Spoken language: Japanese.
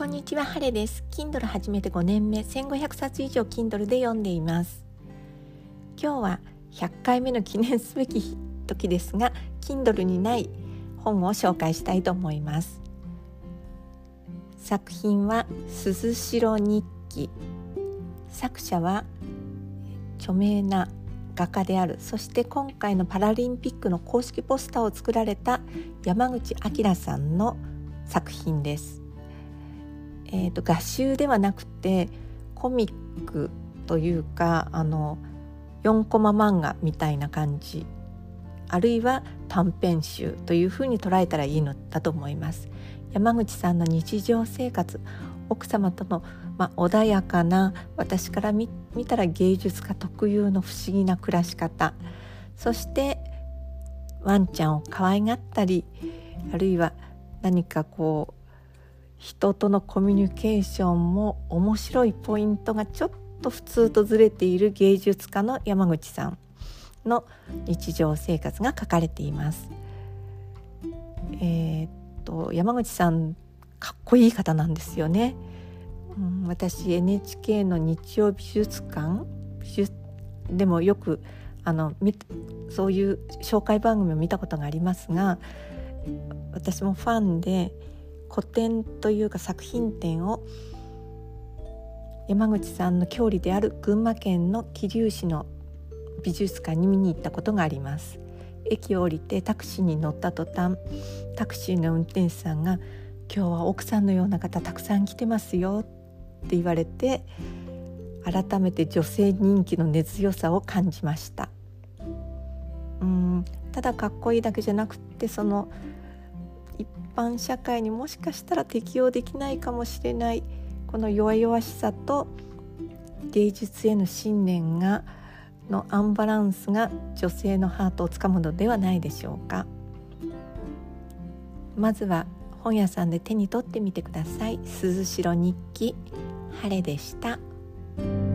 こんにちは、ハレです。 Kindle 始めて5年目、1500冊以上 Kindle で読んでいます。今日は100回目の記念すべき時ですが、 Kindle にない本を紹介したいと思います。作品は鈴代日記。作者は著名な画家である、そして今回のパラリンピックの公式ポスターを作られた山口明さんの作品です。画集ではなくてコミックというか4コマ漫画みたいな感じ、あるいは短編集というふうに捉えたらいいのだと思います。山口さんの日常生活、奥様との、穏やかな、私から見たら芸術家特有の不思議な暮らし方、そしてワンちゃんを可愛がったり、あるいは何か人とのコミュニケーションも面白いポイントがちょっと普通とずれている芸術家の山口さんの日常生活が書かれています。山口さんかっこいい方なんですよね。私 NHK の日曜美術館でもよくそういう紹介番組を見たことがありますが、私もファンで個展というか作品展を山口さんの郷里である群馬県の桐生市の美術館に見に行ったことがあります。駅を降りてタクシーに乗った途端、タクシーの運転手さんが、今日は奥さんのような方たくさん来てますよって言われて、改めて女性人気の根強さを感じました。ただかっこいいだけじゃなくて、その一般社会にもしかしたら適応できないかもしれないこの弱々しさと芸術への信念のアンバランスが女性のハートをつかむのではないでしょうか。まずは本屋さんで手に取ってみてください。鈴代日記、晴れでした。